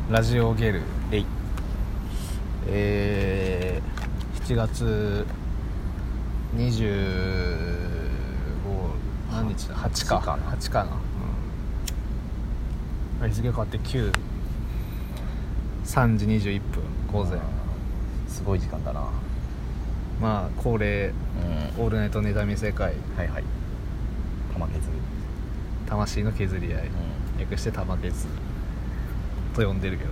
ラジオゲルえい。 7月25何日だ8か8かな、日付変わって9、3時21分午前。 すごい時間だな。 まあ恒例、オールナイトネタ見世界、 はいはい。玉削る。 魂の削り合い、略して玉削と呼んでるけど、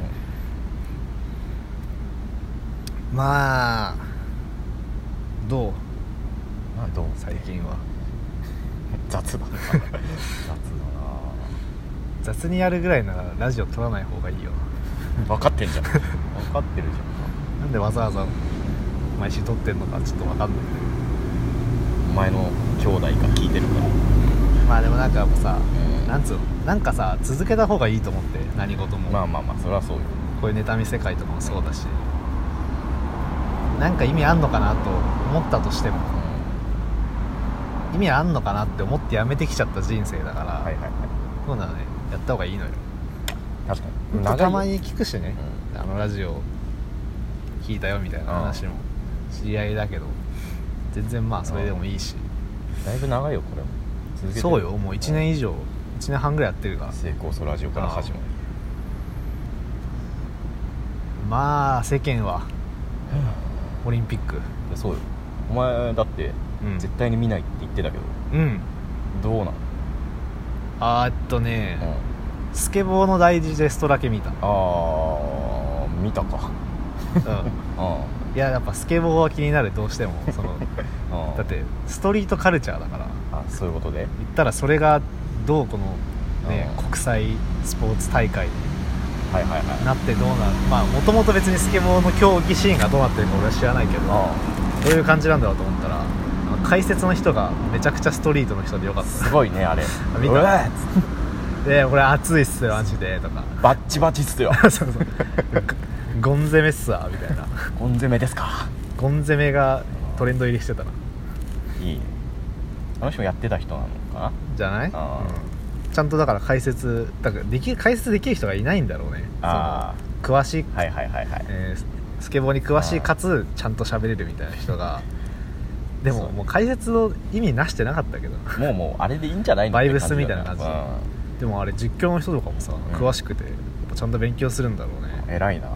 まあどう最近は。 雑だな。 雑にやるぐらいならラジオ撮らない方がいいよ分かってんじゃん。分かってるじな。なんでわざわざ毎週撮ってんのかちょっと分かんない。 ゃん。お前の兄弟が聞いてるから。 まあでもなんかやっぱさ、なんつうの、なんかさ続けた方がいいと思って、何事も。 まあそれはそうよ。 こういうネタ見世界とかもそうだし、なんか意味あんのかなと思ったとしても、意味あんのかなって思ってやめてきちゃった人生だから、そういうのはねやった方がいいのよ。 確かにたまに聞くしね、あのラジオ聞いたよみたいな話も知り合いだけど、全然まあそれでもいいし、 だいぶ長いよこれも。続けてる。 そうよ、もう1年以上、1年半ぐらいやってるから。 成功そラジオから始まる。 まあ世間はオリンピック。 そうよ。お前だって絶対に見ないって言ってたけど、どうなの？ ね、スケボーのダイジェストだけ見た。 見たか。 いややっぱスケボーは気になる、どうしてもそのだってストリートカルチャーだから。 そういうことで言ったらそれがどうこのね、国際スポーツ大会になってどうなる。まあもともと別にスケボーの競技シーンがどうなってるか俺は知らないけど、どういう感じなんだろうと思ったら、解説の人がめちゃくちゃストリートの人でよかった。 すごいねあれ。 見た？でこれ熱いっすよマジでとか、 バッチバチっすよ。 そうゴン攻めっすわみたいな。 ゴン攻めですか。 ゴン攻めがトレンド入りしてたな。 いいね。あの人もやってた人なのかなじゃない？ちゃんとだから解説だから解説できる人がいないんだろうね。詳しい、スケボーに詳しいかつちゃんと喋れるみたいな人が。でももう解説の意味なしてなかったけど、 もうあれでいいんじゃないの。 バイブスみたいな感じ。でもあれ実況の人とかもさ、詳しくてやっぱちゃんと勉強するんだろうね。 偉いな。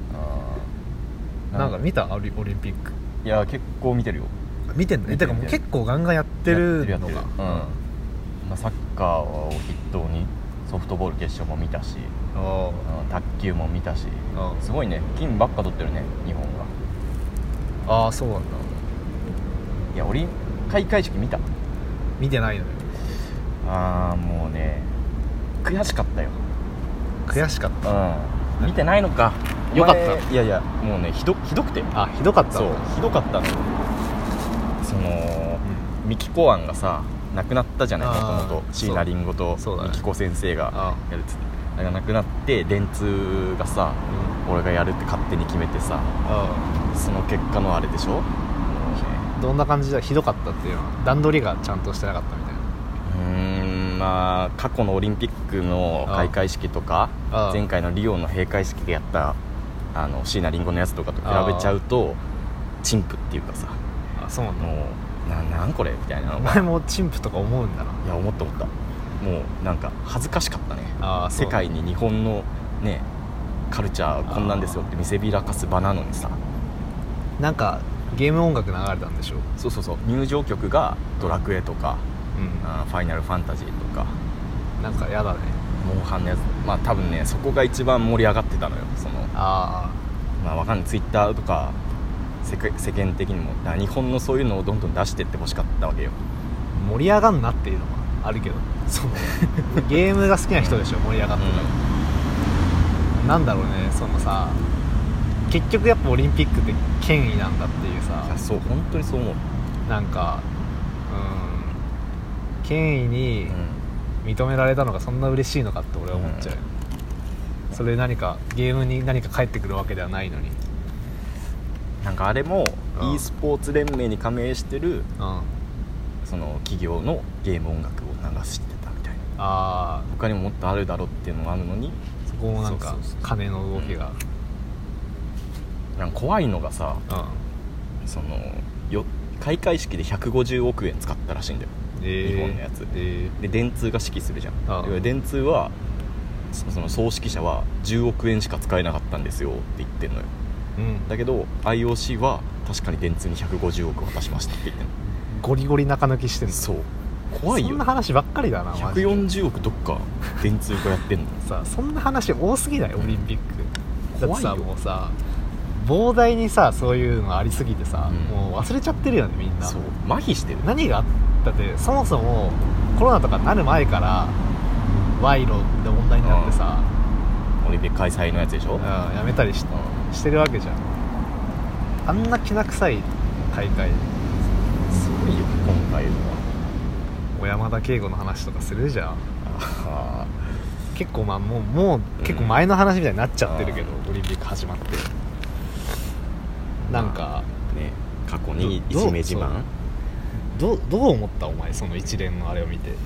なんか見た？オリンピック。 いや結構見てるよ。 見てんの？てかもう結構ガンガンやってるのか。 サッカーを筆頭にソフトボール決勝も見たし、卓球も見たし、すごいね、金ばっか取ってるね日本が。 そうなんだ。 いや開会式見た？ 見てないのよ。 もうね悔しかったよ。 悔しかった。 見てないのか。 よかった。 いやもうねひどくて。 ひどかった。 そうひどかったの。そのミキコアンがさ亡くなったじゃない。もともと椎名林檎とミキコ先生がやるっつって、あれが亡くなって電通がさ、俺がやるって勝手に決めてさ、その結果のあれでしょ。 どんな感じでひどかったっていうのは、段取りがちゃんとしてなかったみたいな。 まあ過去のオリンピックの開会式とか前回のリオの閉会式でやった椎名林檎のやつとかと比べちゃうと陳腐っていうかさ、 そうなんだ。 もうなんこれみたいなの。 お前も陳腐とか思うんだな。 いや思った。もうなんか恥ずかしかったね。世界に日本のねカルチャーこんなんですよって見せびらかす場なのにさ、 なんかゲーム音楽流れたんでしょ。 そう入場曲がドラクエとか、ファイナルファンタジーとか、 なんかやだね、 モンハンのやつ。まあ多分ねそこが一番盛り上がってたのよ。まあわかんない、ツイッターとか世間的にも日本のそういうのをどんどん出してってほしかったわけよ。 盛り上がんなっていうのはあるけど、ゲームが好きな人でしょ盛り上がってたら。なんだろうね、そのさ、結局やっぱオリンピックって権威なんだっていうさ。 そう本当にそう思う。 なんか権威に認められたのがそんな嬉しいのかって俺は思っちゃう。それ何かゲームに何か返ってくるわけではないのに。 なんかあれも e スポーツ連盟に加盟してるその企業のゲーム音楽を流してたみたいな。他にももっとあるだろうっていうのもあるのに、そここもなんか金の動きが、 なんか怖いのがさ、その開会式で150億円使ったらしいんだよ、日本のやつ、で電通が指揮するじゃん。電通はその総指揮者は10億円しか使えなかったんですよって言ってんのよ、だけど IOC は確かに電通に150億渡しましたって言ってんの。 ゴリゴリ中抜きしてんの。 そう、怖いよ。 そんな話ばっかりだな。 140億どっか電通がやってんのさあ、そんな話多すぎない？オリンピック、だってさ、もうさ膨大にさそういうのありすぎてさ、もう忘れちゃってるよねみんな。 そう、麻痺してる。 何があったって、そもそもコロナとかなる前から賄賂で問題になってさ、 オリンピック開催のやつでしょ、 やめたりしてるわけじゃん。あんなきな臭い大会すごいよ今回は。 小山田圭吾の話とかするじゃん。結構もう結構前の話みたいになっちゃってるけど、オリンピック始まってなんか、 ね、過去にいじめ自慢どう思ったお前、その一連のあれを見て。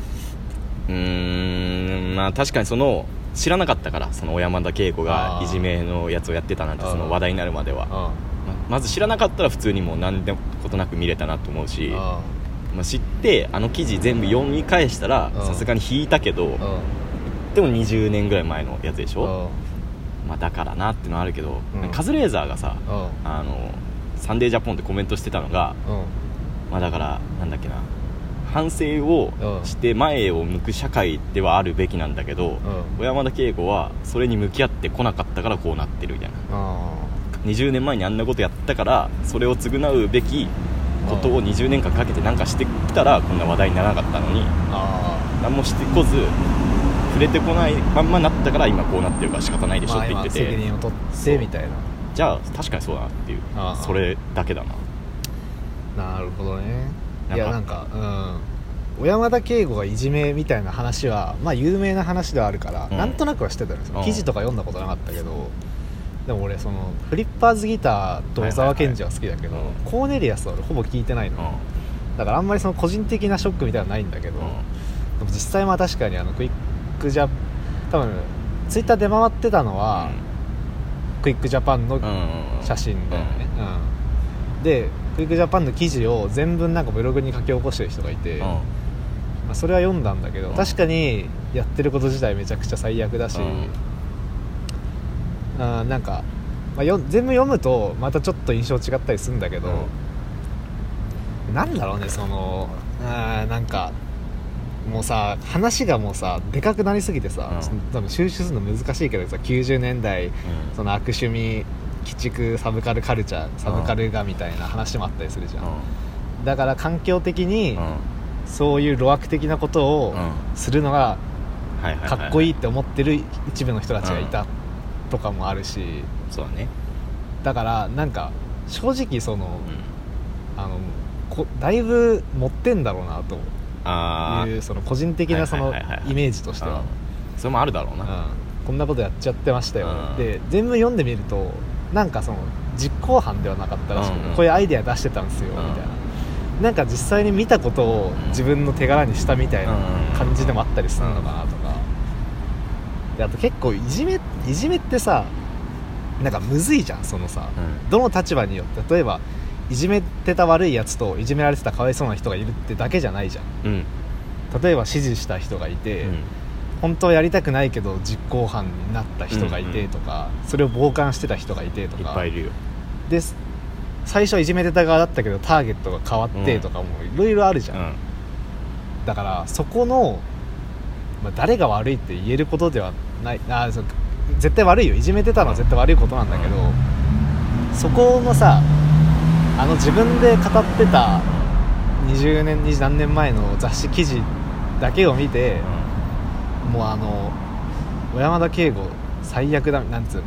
まあ確かにその知らなかったから、その小山田圭吾がいじめのやつをやってたなんて、その話題になるまではまず知らなかったら普通にもう何でことなく見れたなと思うし、知ってあの記事全部読み返したらさすがに引いたけど、でも20年ぐらい前のやつでしょ、だからなってのはあるけど、カズレーザーがさ、サンデージャポンでコメントしてたのが、だからなんだっけな、反省をして前を向く社会ではあるべきなんだけど、小山田圭吾はそれに向き合ってこなかったからこうなってるみたいな、20年前にあんなことやったからそれを償うべきことを20年間かけて何かしてきたらこんな話題にならなかったのに、何もしてこず触れてこないまんまなったから今こうなってるから仕方ないでしょって言ってて、 責任を取ってみたいな。 じゃあ確かにそうだなっていう、それだけだな。 なるほどね。いやなんか、小山田圭吾がいじめみたいな話は有名な話ではあるから、なんとなくはしてたんですよ。記事とか読んだことなかったけど、でも俺そのフリッパーズギターと小沢健二は好きだけど、コーネリアスは俺ほぼ聞いてないの、だからあんまりその個人的なショックみたいなのはないんだけど、でも実際は確かにクイックジャ多分ツイッターで回ってたのは、クイックジャパンの写真だよね、でクイックジャパンの記事を全文なんかブログに書き起こしてる人がいて、それは読んだんだけど、確かにやってること自体めちゃくちゃ最悪だし、なんか、全部読むとまたちょっと印象違ったりするんだけど、なんだろうね、そのなんかもうさ話がもうさでかくなりすぎてさ、多分収集するの難しいけどさ、90年代、その悪趣味鬼畜サブカルカルチャー、サブカルがみたいな話もあったりするじゃん、だから環境的に、そういう路悪的なことをするのがかっこいいって思ってる一部の人たちがいたとかもあるし、 そうだね。 だからなんか正直その、だいぶ持ってんだろうなという、その個人的なそのイメージとしては、 それもあるだろうな、 こんなことやっちゃってましたよ、で全部読んでみるとなんかその実行犯ではなかったらしくて、こういうアイデア出してたんですよみたいな、なんか実際に見たことを自分の手柄にしたみたいな感じでもあったりするのかなとか、であと結構いじめってさなんかむずいじゃん、そのさ、どの立場によって、例えばいじめてた悪いやつといじめられてたかわいそうな人がいるってだけじゃないじゃん、例えば指示した人がいて、本当はやりたくないけど実行犯になった人がいてとか、それを傍観してた人がいてとかいっぱいいるよ。 で最初いじめてた側だったけどターゲットが変わってとかもいろいろあるじゃん、だからそこの、誰が悪いって言えることではない、絶対悪いよ、いじめてたのは絶対悪いことなんだけど、そこのさ自分で語ってた20年20何年前の雑誌記事だけを見て、もう小山田圭吾最悪だなんつう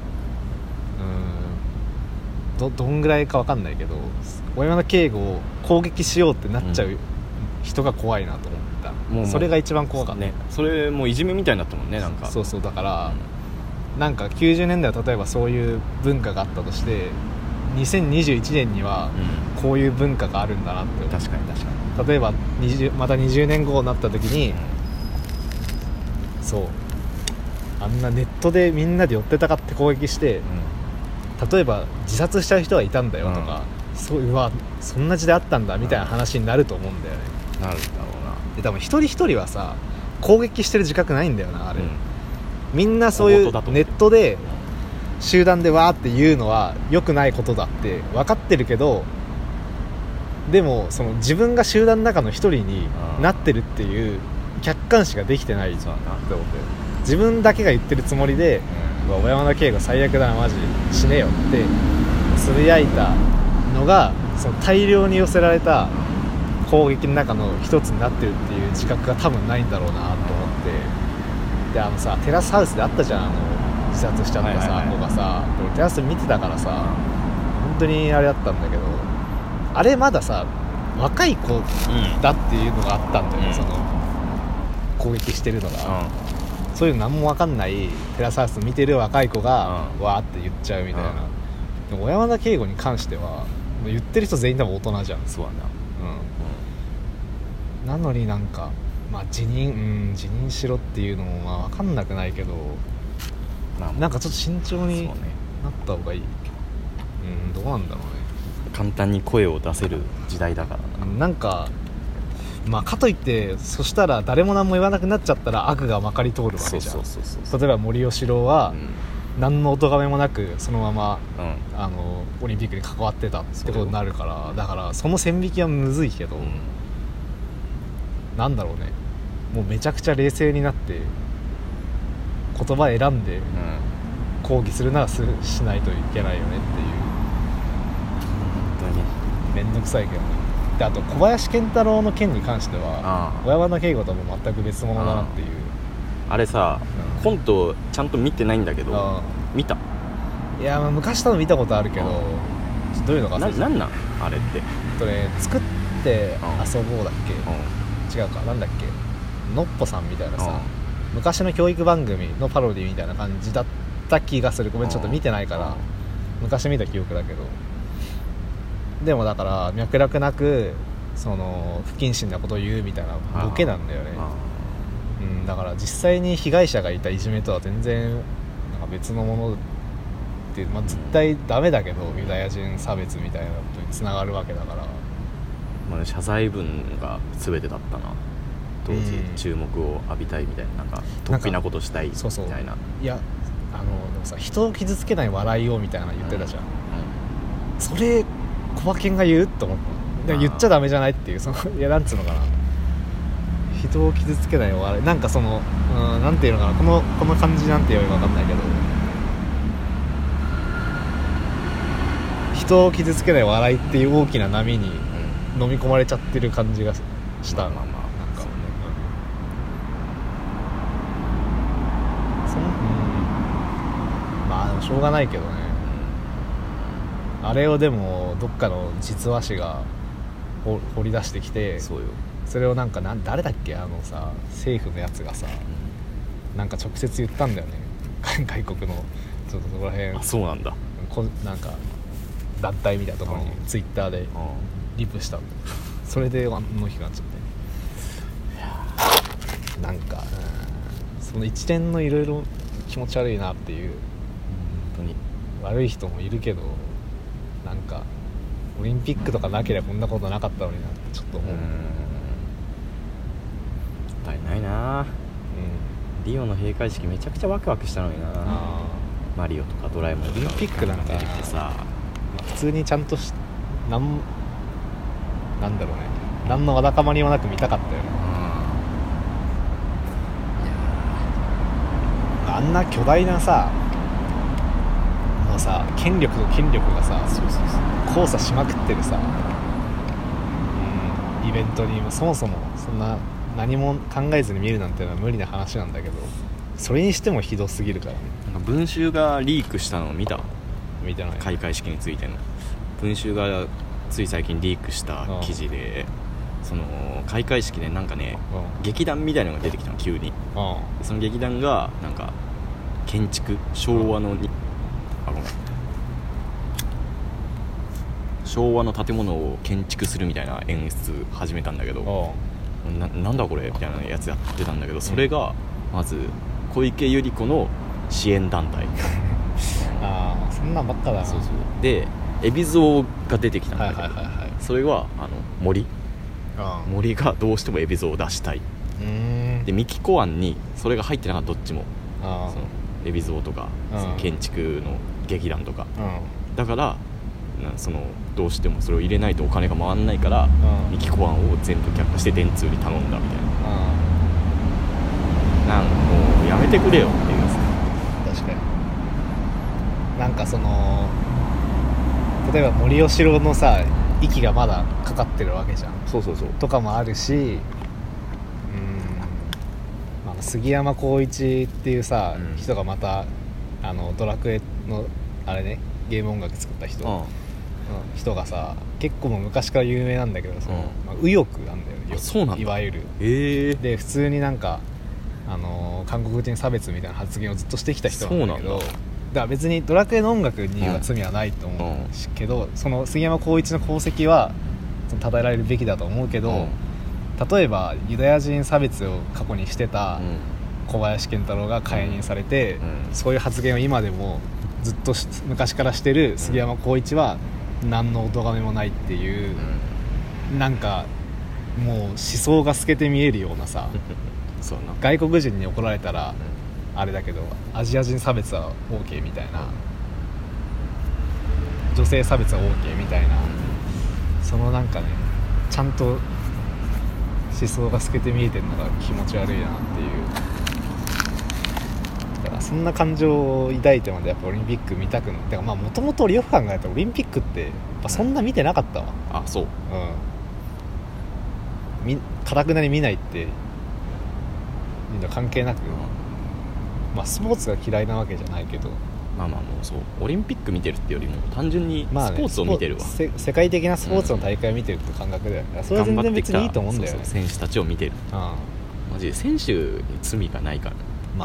の、どんぐらいか分かんないけど、小山田圭吾を攻撃しようってなっちゃう人が怖いなと思った、それが一番怖かったね。 それもういじめみたいになったもんね、なんかそうだから、なんか90年代は例えばそういう文化があったとして2021年にはこういう文化があるんだなって思う。 確かに例えばまた20年後になった時に、そうあんなネットでみんなで寄ってたかって攻撃して、例えば自殺しちゃう人がいたんだよとか、うわそんな時代あったんだみたいな話になると思うんだよね。 なるんだろうな。 で多分一人一人はさ攻撃してる自覚ないんだよなあれ、みんなそういうネットで集団でわーって言うのは良くないことだって分かってるけど、でもその自分が集団の中の一人になってるっていう客観視ができてないって思って、自分だけが言ってるつもりで、小山田圭吾最悪だなマジ死ねよってつぶやいたのがその大量に寄せられた攻撃の中の一つになってるっていう自覚が多分ないんだろうなと思って、でさテラスハウスであったじゃん自殺しちゃったさ、子がさ、俺テラス見てたからさ本当にあれだったんだけど、あれまださ若い子だっていうのがあったんだよね、その攻撃してるのが、そういうの何も分かんないテラスハウス見てる若い子がわーって言っちゃうみたいな、でも小山田圭吾に関しては言ってる人全員多分大人じゃん。 そうなんだ、 なのになんか、まあ、辞任しろっていうのもまあ分かんなくないけど、なんかちょっと慎重になった方がいい、どうなんだろうね。 簡単に声を出せる時代だからな。 なんかまあかといってそしたら誰も何も言わなくなっちゃったら悪がまかり通るわけじゃん。例えば森喜朗は何のお咎めもなくそのまま、オリンピックに関わってたってことになるから、だからその線引きはむずいけど、なんだろうね、もうめちゃくちゃ冷静になって言葉選んで抗議するならしないといけないよねっていう。 本当にめんどくさいけどね。であと小林賢太郎の件に関しては小山田圭吾とはもう全く別物だなっていう。 あれさ、コントちゃんと見てないんだけど見た？ いや、まあ昔多分見たことあるけど、どういうのかなんなんあれって作って遊ぼうだっけ、違うか、なんだっけ、のっぽさんみたいなさ、昔の教育番組のパロディみたいな感じだった気がする。ごめんちょっと見てないから昔見た記憶だけど、でもだから脈絡なくその不謹慎なことを言うみたいなボケなんだよね。だから実際に被害者がいたいじめとは全然なんか別のものっていう、絶対ダメだけどユダヤ人差別みたいなことにつながるわけだから、 謝罪文が全てだったな当時。注目を浴びたいみたいな、なんか突飛なことしたいみたいな。 そういやでもさ、人を傷つけない笑いをみたいなの言ってたじゃん、それ小馬券が言うと思った。言っちゃダメじゃないっていう、そのいやなんつうのかな、人を傷つけない笑い、なんかそのなんていうのかな、この感じなんて言えば分かんないけど、人を傷つけない笑いっていう大きな波に飲み込まれちゃってる感じがした。なんかまあしょうがないけどね。あれをでもどっかの実話師が掘り出してきて、それをなんか誰だっけ、さ政府のやつがさ、なんか直接言ったんだよね外国のちょっとそこら辺。 あ、そうなんだ。 なんか団体みたいなところにツイッターでリプしたんだ。それであの日がなっちゃって、なんかその一連のいろいろ気持ち悪いなっていう。本当に悪い人もいるけど、なんかオリンピックとかなければこんなことなかったのになってちょっと思う。もったいないな。リオの閉会式めちゃくちゃワクワクしたのにな。マリオとかドラえもんとかオリンピックなんかってさ、 普通にちゃんとなんだろうね、何のわだかまりもなく見たかったよね。あんな巨大なさ、もうさ権力と権力がさ交差しまくってるさ、イベントにそもそもそんな何も考えずに見るなんてのは無理な話なんだけど、それにしてもひどすぎるからね。 なんか文集がリークしたのを見た？ 見てない。 開会式についての文集がつい最近リークした記事で、その開会式でなんかね、劇団みたいなのが出てきたの急に。その劇団がなんか建築、昭和の昭和の建物を建築するみたいな演出始めたんだけど、なんだこれみたいなやつやってたんだけど、それがまず小池百合子の支援団体ああそんなんばっかだな。 そうで海老蔵が出てきたんだけど、それは森がどうしても海老蔵を出したい。でミキコ案にそれが入ってなかった。どっちもその海老蔵とかその建築の劇団とか、だからどうしてもそれを入れないとお金が回んないから、ミキコ案を全部却下して電通に頼んだみたいな。なんかもうやめてくれよっていうさ。確かになんか例えば森喜朗のさ息がまだかかってるわけじゃん。 そうとかもあるし、杉山浩一っていうさ、人がまたドラクエのあれねゲーム音楽作った人がさ結構もう昔から有名なんだけど右翼なんだよね。 そうなんだ。 いわゆる、で普通になんか韓国人差別みたいな発言をずっとしてきた人なんだけど、だから別にドラクエの音楽には罪はないと思うけど、その杉山浩一の功績は称えられるべきだと思うけど、例えばユダヤ人差別を過去にしてた小林賢太郎が解任されて、そういう発言を今でもずっと昔からしてる杉山浩一は何のお咎めもないっていう、なんかもう思想が透けて見えるようなさそうな外国人に怒られたらあれだけどアジア人差別は OK みたいな、女性差別は OK みたいな、そのなんかねちゃんと思想が透けて見えてるのが気持ち悪いなっていう。だからそんな感情を抱いてまでやっぱオリンピック見たくなって、もともとよく考えたらオリンピックってやっぱそんな見てなかったわ。 あ、そう。 堅くなに見ないってみんな関係なく、スポーツが嫌いなわけじゃないけど、 もうそうオリンピック見てるってよりも単純にスポーツを見てるわ、 世界的なスポーツの大会を見てるって感覚だよね。それは全然別にいいと思うんだよね。 そう選手たちを見てる。マジで選手に罪がないから。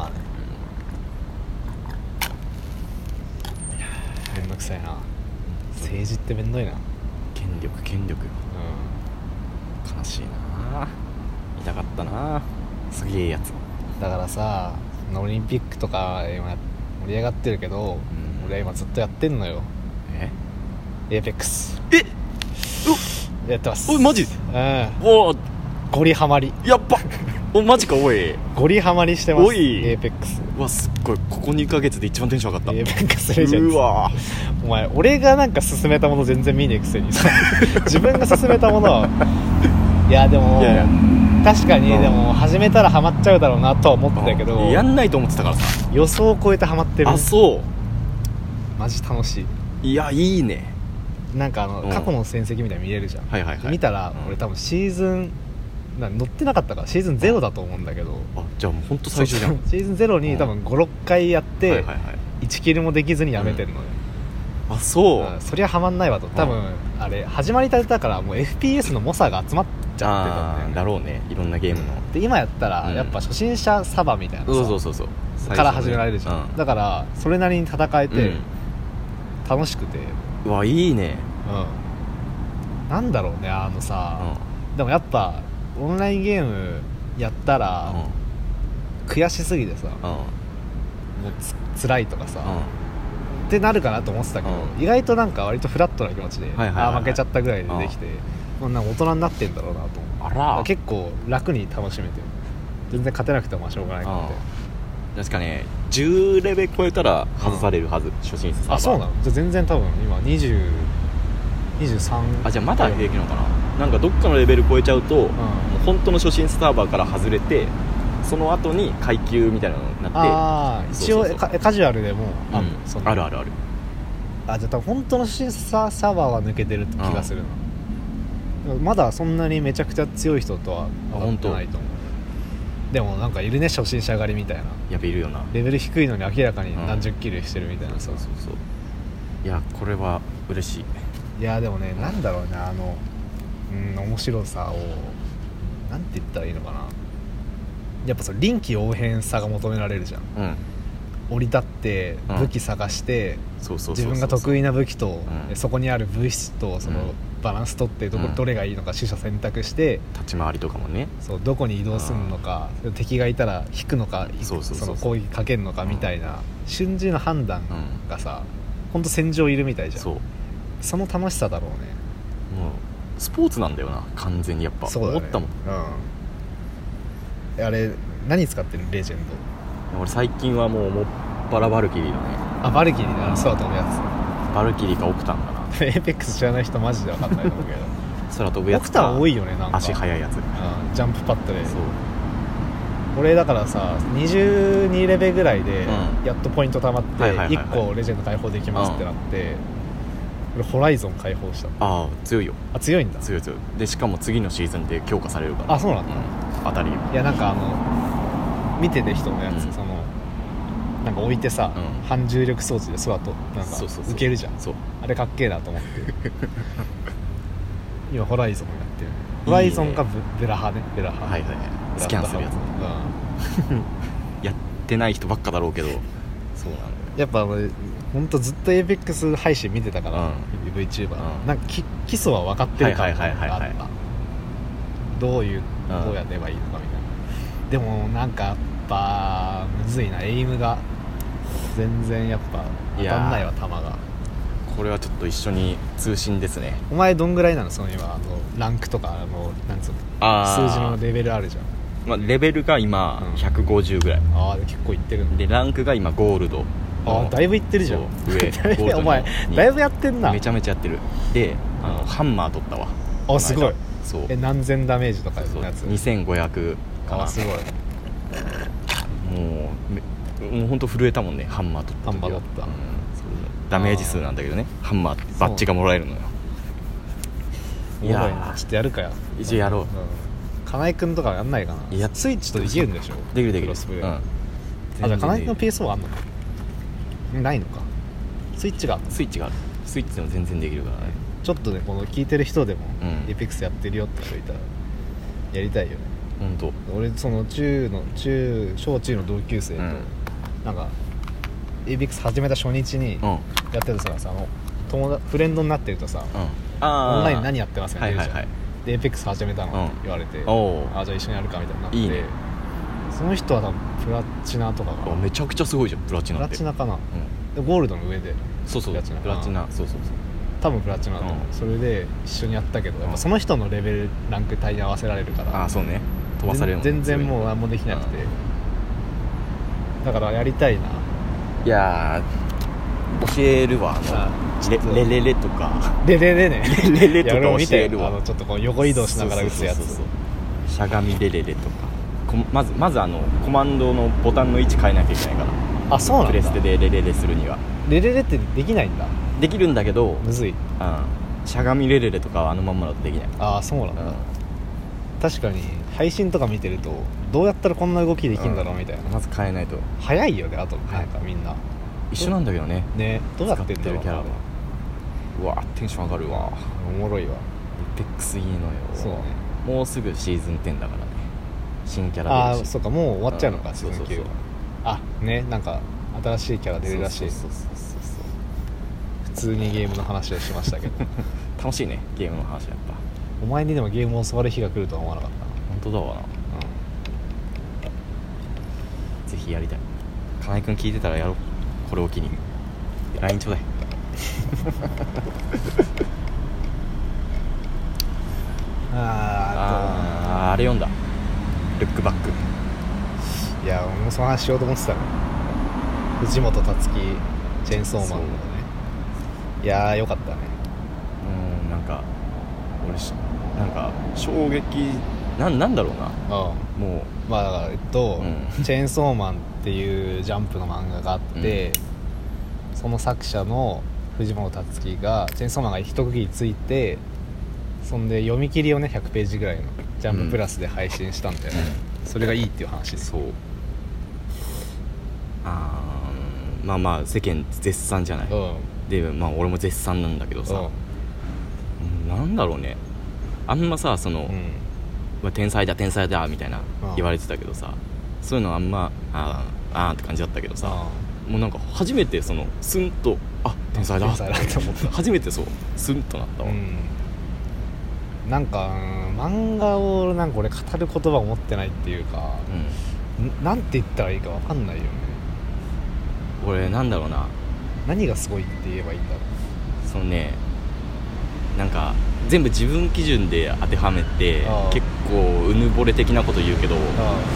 めんどくさいな。政治ってめんどいな。 権力、悲しいな。見たかったな。すげえやつだからさ、オリンピックとか今盛り上がってるけど、俺は今ずっとやってんのよ。エーペックスやってます。 おいマジ？ おーゴリハマり。 やっばおマジか。おいゴリハマりしてます。 おいエーペックス。 わすっごい。ここ2ヶ月で一番テンション上がった。 エーペックスレジェンズ。 うわお前俺がなんか勧めたもの全然見ねえくせにさ自分が勧めたものはいやでも確かにでも始めたらハマっちゃうだろうなとは思ってたけど、 やんないと思ってたからさ。 予想を超えてハマってる。 あ、そう。 マジ楽しい。 いやいいね。 なんか過去の戦績みたいに見れるじゃん。見たら俺多分シーズン乗ってなかったからシーズン0だと思うんだけど、 じゃあもうほんと最初じゃん。 シーズン0に多分 5,6 回やって1キルもできずにやめてるのね。 あ、そう。 そりゃハマんないわと。多分あれ始まりたてだからもう FPS の猛者が集まっちゃってたんだよね。 だろうね。いろんなゲームので今やったらやっぱ初心者サバみたいなそうから始められるじゃん。だからそれなりに戦えて楽しくて、 うわいいね。 なんだろうねでもやっぱオンラインゲームやったら悔しすぎてさ、もう辛いとかさってなるかなと思ってたけど、意外となんか割とフラットな気持ちで負けちゃったぐらいでできて、なんか大人になってんだろうなと思って、結構楽に楽しめてる。全然勝てなくてもしょうがないなって。 確かね10レベル超えたら外されるはず、初心者サーバー。 そうなの？じゃあ全然多分今20 23。 じゃあまだ平気なのかな。なんかどっかのレベル超えちゃうと、もう本当の初心者サーバーから外れて、その後に階級みたいなのになって、 一応カジュアルでもある。 ある。 じゃあ多分本当の初心者サーバーは抜けてる気がするな。まだそんなにめちゃくちゃ強い人とは思ってないと思う。でもなんかいるね、初心者狩りみたいな。 やっぱいるよな。 レベル低いのに明らかに何十キルしてるみたいな。 そういやこれは嬉しい。 いやでもね、なんだろうね、面白さをなんて言ったらいいのかな。やっぱ臨機応変さが求められるじゃん。 降り立って武器探して、自分が得意な武器と、そこにある物質とそのバランス取ってどれがいいのか取捨選択して、 立ち回りとかもね、 そうどこに移動するのか、敵がいたら引くのか、その攻撃かけるのかみたいな、瞬時の判断がさ、ほんと戦場いるみたいじゃん。その楽しさだろうね。 もうスポーツなんだよな、完全に。やっぱ思ったもん。 あれ何使ってるレジェンド？俺最近はもっぱらバルキリーだね。 あ、バルキリーだな、空飛ぶやつ。バルキリーかオクタンかな。 エーペックス知らない人マジで分かんないと思うけど空飛ぶやつか。 オクタン多いよね、なんか足速いやつ。 ジャンプパッドで。俺だからさ、22レベルぐらいでやっとポイント貯まって1個レジェンド解放できますってなって、俺ホライゾン解放した。 ああ、強いよ。 あ、強いんだ。 強いで、しかも次のシーズンで強化されるから。 あ、そうなんだ。 当たり。 いや、なんか見てて人のやつ、そのなんか置いてさ、反重力装置で空となんか浮けるじゃん。あれかっけえなと思って今ホライゾンやってる。ホライゾンかベラハね。ベラハ、 はいはい、スキャンするやつ、やってない人ばっかだろうけど、そうなんだよ。 やっぱほんとずっと APEX 配信見てたから、VTuber、なんか基礎は分かってる感があった。どうやればいいのかみたいな。でもなんかやっぱむずいな、エイムが全然やっぱ当たんないわ、球が。 これはちょっと一緒に通信ですね。 お前どんぐらいなの、その今ランクとかなんつうの、数字のレベルあるじゃん。 レベルが今150ぐらい。 ああ、結構いってるんで、ランクが今ゴールド。 ああ、だいぶいってるじゃん。 上お前だいぶやってんな。 めちゃめちゃやってる。で、ハンマー取ったわ。 あ、すごい。 そう、 何千ダメージとかのやつ。 2500かな。 あ、すごい。 もうほんと震えたもんね、ハンマー取った時は。 ハンマー取った、 ダメージ数なんだけどね、ハンマーってバッジがもらえるのよ。 いや、ちょっとやるかや。 一応やろう。 金井くんとかやんないかな。いや、スイッチとできるんでしょ。 できるできる。 あ、じゃあ金井くんの PS4 あんのか。ないのか。スイッチがある。 スイッチでも全然できるからね。 ちょっとね、この聞いてる人でもAPEXやってるよって人いたらやりたいよね。 ほんと。 俺その小中の同級生となんか APEX 始めた初日にやってるさ、フレンドになってるとさ、オンライン何やってますかって言うじゃん。で APEX 始めたのって言われて、あ、じゃあ一緒にやるかみたいになって、 いいね。 その人は多分プラチナとかが、 めちゃくちゃすごいじゃん、プラチナって。 プラチナかな、でゴールドの上で。 そうそう、プラチナ、そう多分プラチナだと思う。それで一緒にやったけど、やっぱその人のレベルランク帯に合わせられるから、 あ、そうね、飛ばされるもん。 全然もう何もできなくて、だからやりたいな。 いや教えるわ。レレレとかレレレね。 レレとか教えるわ。 ちょっとこう横移動しながら打つやつ。 しゃがみレレレとか、まずコマンドのボタンの位置変えなきゃいけないから。 あ、そうなんだ。 プレステでレレレするには。 レレレってできないんだ。 できるんだけどむずい。 しゃがみレレレとかはあのまんまだとできない。 ああ、そうなんだ。確かに配信とか見てるとどうやったらこんな動きできるんだろうみたいな。 まず変えないと。 早いよね。あとなんかみんな一緒なんだけどね。 どうやってんだろう。 キャラはうわ、テンション上がるわ。 おもろいわ。 APEXいいのよ。 そうね。 もうすぐシーズン10だからね。新キャラ出るし。 ああ、そうか、もう終わっちゃうのか、シーズン9は。あ、ね、なんか新しいキャラ出るらしい。普通にゲームの話をしましたけど楽しいね、ゲームの話。やっぱお前にでもゲームを教わる日が来るとは思わなかったな。 本当だわな。ぜひやりたい。金井くん聞いてたらやろう。これを機に LINE ちょうだい。あれ読んだ、ルックバック。 いや、俺もその話しようと思ってたの。藤本つきチェーンソーマンのね。いやー、よかったね。 なんか俺なんか衝撃なんだろうな。もうまあだからチェーンソーマンっていうジャンプの漫画があって、その作者の藤本つきがチェーンソーマンが一区切りついて、そんで読み切りをね100ページぐらいのジャンププラスで配信したんだよね。それがいいっていう話です。 そう。まあ世間絶賛じゃない。で、まあ俺も絶賛なんだけどさ、なんだろうね。あんまさ、天才だみたいな言われてたけどさ、そういうのあんまって感じだったけどさ、 もうなんか初めてそのスンと天才だと思った初めてそうスンとなったわ、 なんか漫画をなんか俺語る言葉を持ってないっていうか、なんて言ったらいいか分かんないよね。 俺なんだろうな、 何がすごいって言えばいいんだろう。 そのね、なんか全部自分基準で当てはめて結構うぬぼれ的なこと言うけど、その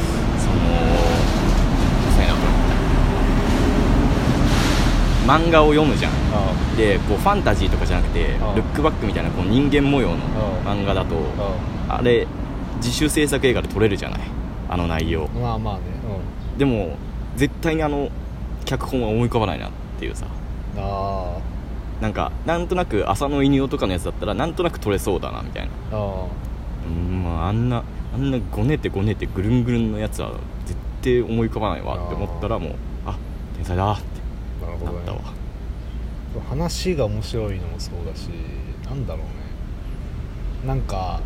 漫画を読むじゃん。でこうファンタジーとかじゃなくてルックバックみたいなこう人間模様の漫画だとあれ自主制作映画で撮れるじゃない、あの内容。 まあね、 でも絶対に脚本は思い浮かばないなっていうさ。なんかなんとなく浅野いにおとかのやつだったらなんとなく撮れそうだなみたいな。まあ、あんなごねてぐるんぐるんのやつは絶対思い浮かばないわって思ったらもう天才だってなったわ。 話が面白いのもそうだし、なんだろうね、なんか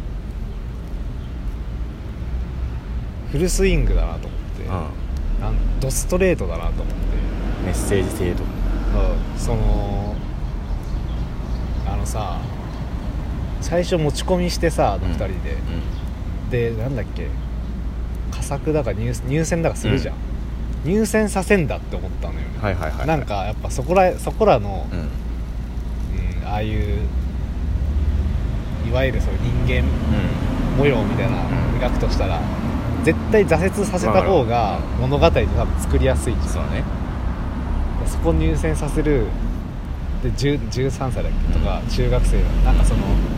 フルスイングだなと思って、ドストレートだなと思って、 メッセージ性とか、 そのさ、最初持ち込みしてさ2人で、でなんだっけ、佳作だか入選だかするじゃん、入選させんだって思ったのよね。なんかやっぱそこらの、ああいういわゆるその人間模様みたいな描くとしたら、絶対挫折させた方が物語で多分作りやすいじゃん。 そうね。 そこ入選させるで13歳だっけとか、中学生なんかその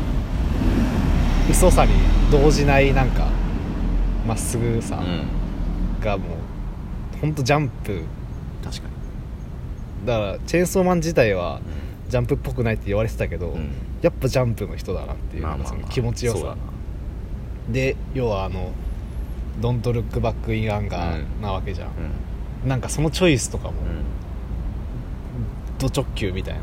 嘘さに動じないなんかまっすぐさがもうほんとジャンプ。 確かに。 だからチェーンソーマン自体はジャンプっぽくないって言われてたけど、やっぱジャンプの人だなっていう、その気持ちよさで、要はドントルックバックインアンガーなわけじゃん、なんかそのチョイスとかも、ド直球みたいな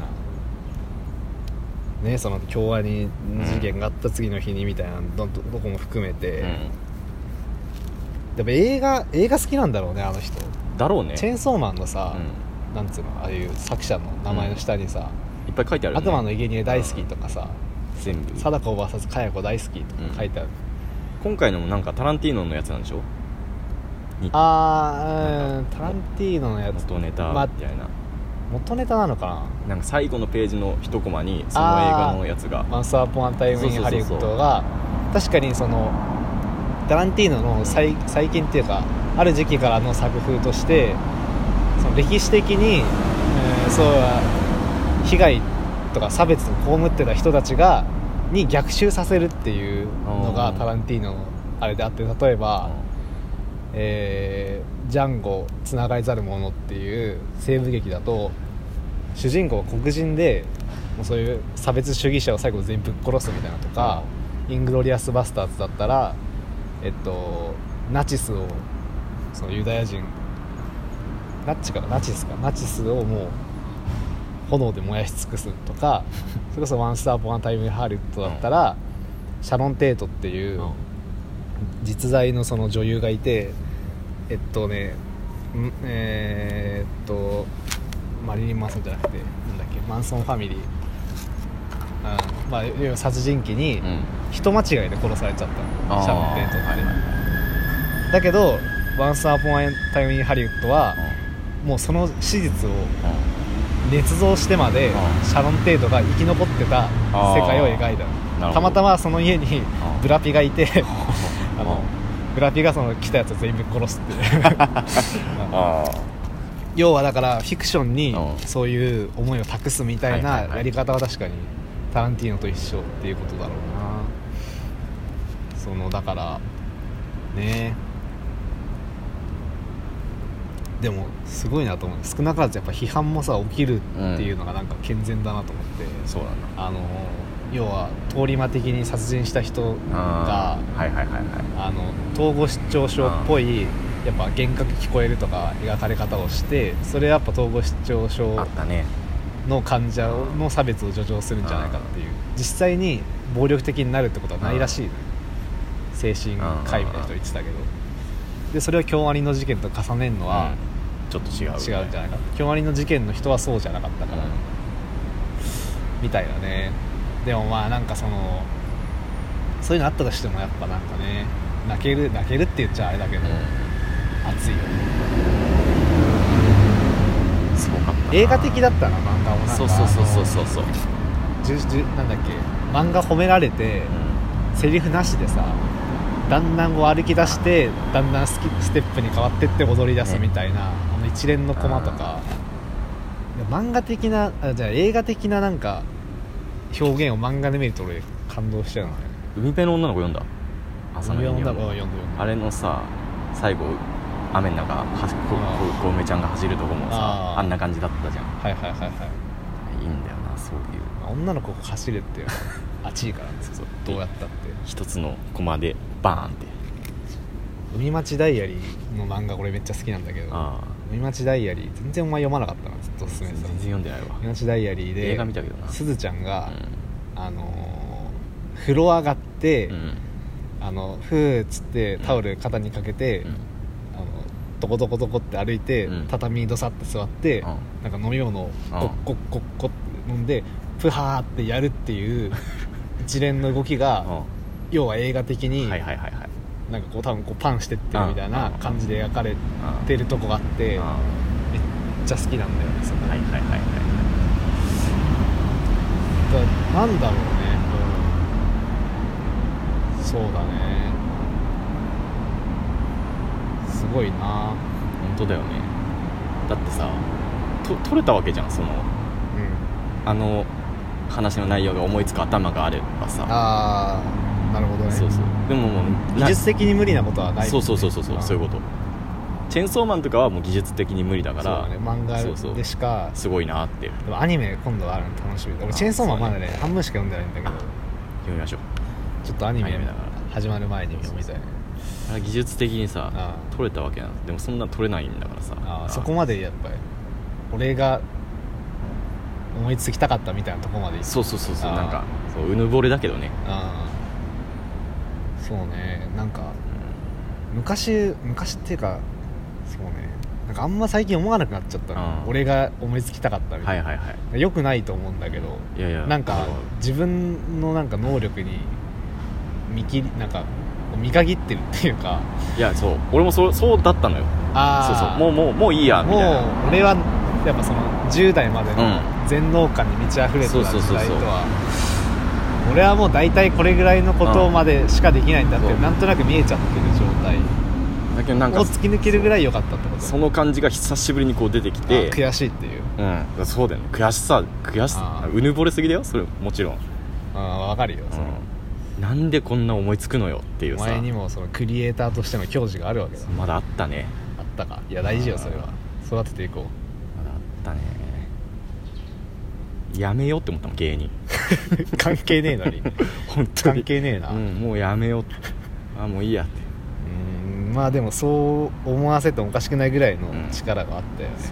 ね、その京アニ事件があった次の日にみたいなどこも含めて、でも映画好きなんだろうね、あの人だろうね。 チェーンソーマンのさ、なんつうの、ああいう作者の名前の下にさ、 いっぱい書いてある、ね、 悪魔の生贄大好きとかさ、 全部貞子 VS かや子大好きとか書いてある、 今回のもなんかタランティーノのやつなんでしょ。 タランティーノのやつ元ネタみたいな、 元ネタなのかな。 なんか最後のページの一コマにその映画のやつがワンスアポンアタイムインハリウッドが確かにそのタランティーノの最近っていうかある時期からの作風として、その歴史的に、そう被害とか差別を被ってた人たちに逆襲させるっていうのがタランティーノのあれであって、例えば、ジャンゴつながりざる者っていう西部劇だと、主人公は黒人でもうそういう差別主義者を最後全員ぶっ殺すみたいなとか、イングロリアスバスターズだったら、ナチスをそのユダヤ人ナチスをもう炎で燃やし尽くすとかそれこそワンスターポンアタイムハリウッドだったら、シャロン・テイトっていう実在のその女優がいて、マリリン・マンソンじゃなくてなんだっけ、マンソンファミリー、まあ、要は殺人鬼に人間違いで殺されちゃったの、シャロン・テイトって、だけどワンスアポンタイムインハリウッドはもうその史実を捏造してまでシャロン・テイトが生き残ってた世界を描いた。たまたまその家にブラピがいてブラピがその来たやつを全員ぶっ殺すって要はだからフィクションにそういう思いを託すみたいなやり方は確かにタランティーノと一緒っていうことだろうな。そのだからね、でもすごいなと思う。少なからずやっぱ批判もさ起きるっていうのがなんか健全だなと思って、 そうだな。 要は通り魔的に殺人した人が統合失調症っぽいやっぱ幻覚聞こえるとか描かれ方をして、それやっぱ統合失調症の患者の差別を助長するんじゃないかっていう、実際に暴力的になるってことはないらしい、精神科医みたいな人言ってたけど、でそれを京アニの事件と重ねるのはちょっと違う、 違うんじゃないか。京アニの事件の人はそうじゃなかったから、みたいだね。でもまあなんかそういうのあったとしてもやっぱなんかね、泣けるって言っちゃあれだけど、熱いよね。 すごかったな。 映画的だったな、漫画も。なんかそうなんだっけ、漫画褒められて、セリフなしでさ、だんだんこう歩き出して、だんだんステップに変わってって踊り出すみたいな、一連のコマとか、漫画的なじゃあ映画的ななんか表現を漫画で見ると俺感動しちゃうのね。 海辺の女の子読んだ？朝の読んだ。 あれのさ、最後雨の中小梅ちゃんが走るとこもさ、あんな感じだったじゃん。 はい、いいんだよな、そういう女の子が走るっていう熱いからね。そうどうやったって一つのコマでバーンって。 海町ダイアリーの漫画これめっちゃ好きなんだけど、海町ダイアリー全然お前読まなかったな、ずっとおすすめさ。 全然読んでないわ。 海町ダイアリーで映画見たけどな。 すずちゃんが、風呂上がって、ふーっつってタオル肩にかけて、トコトコトコって歩いて、畳にどさって座って、なんか飲み物をコッコッコッコって飲んでプハーってやるっていう一連の動きが、要は映画的に、なんかこう多分こうパンしてってるみたいな感じで描かれてるとこがあって、めっちゃ好きなんだよね、それ。なんだろうね、そうだね、すごいな。 本当だよね。だってさ、撮れたわけじゃん、その、話の内容が思いつく頭があればさ。 なるほどね。 でももう技術的に無理なことはない、ね、 そういうこと。チェンソーマンとかはもう技術的に無理だから、 そうだね、漫画でしか。 すごいなって。 でもアニメ今度はあるの楽しみで。俺チェンソーマンまだね、半分しか読んでないんだけど、 読みましょう。 ちょっとアニメ始まる前に読みたいね。 技術的にさ撮れたわけなんで、でもそんな撮れないんだからさ。 そこまでやっぱり俺が思いつきたかったみたいなとこまで。 そうなんかうぬぼれだけどね。 そうね、なんか、昔っていうか、そうね、なんかあんま最近思わなくなっちゃったの、俺が思いつきたかったみたいな。よくないと思うんだけど、なんか自分のなんか能力になんか見限ってるっていうか。 いや、そう、俺もそうだったのよ。もういいやみたいな。 もう俺はやっぱその10代までの全能感に満ち溢れてた時代とは、俺はもう大体これぐらいのことまでしかできないんだって、なんとなく見えちゃってる状態だけど、なんかを突き抜けるぐらい良かったってこと。 その感じが久しぶりにこう出てきて、 悔しいっていう。 そうだよね。悔しさうぬぼれすぎだよ、それ。もちろん分かるよ、 なんでこんな思いつくのよっていうさ。 前にもそのクリエイターとしての矜持があるわけだ。 まだあったね。 あったか。いや大事よ、それは。育てていこう。 まだあったね。やめようって思ったもん、芸人。 関係ねえのに。 本当に関係ねえな。 もうやめようって。もういいやって。 まあでもそう思わせてもおかしくないぐらいの力があったよね。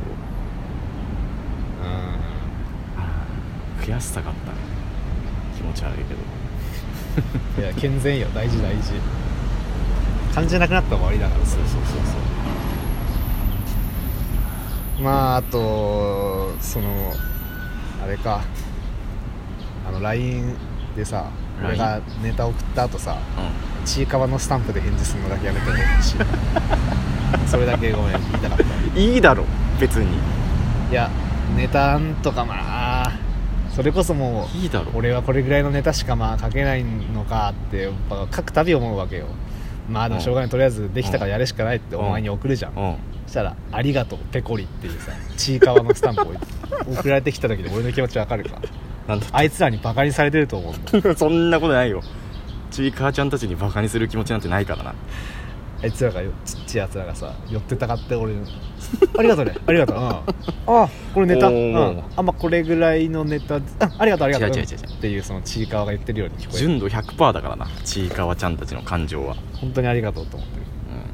悔しさがあったね。気持ち悪いけど。いや健全よ、大事感じなくなったら終わりだから。まああとあれか、LINE でさ、俺がネタ送った後さ、ちいかわのスタンプで返事するのだけやめてほしい。それだけごめん、言いたかった。 いいだろ別に。 いや、ネタとかそれこそもういいだろ、 俺はこれぐらいのネタしか書けないのかってやっぱ書くたび思うわけよ。でもしょうがない、とりあえずできたからやるしかないってお前に送るじゃん。そしたらありがとうペコリっていうさ、ちいかわのスタンプを送られてきた時で俺の気持ちわかるか。あいつらにバカにされてると思うんだ。 そんなことないよ。ちいかわちゃんたちにバカにする気持ちなんてないからな。 あいつらがちっちゃいやつらがさ寄ってたかって俺ありがとうね、ありがとう、これネタ、これぐらいのネタ、ありがとう違うっていう、そのちいかわが言ってるように聞こえる。 純度 100% だからな、ちいかわちゃんたちの感情は。 本当にありがとうと思ってる。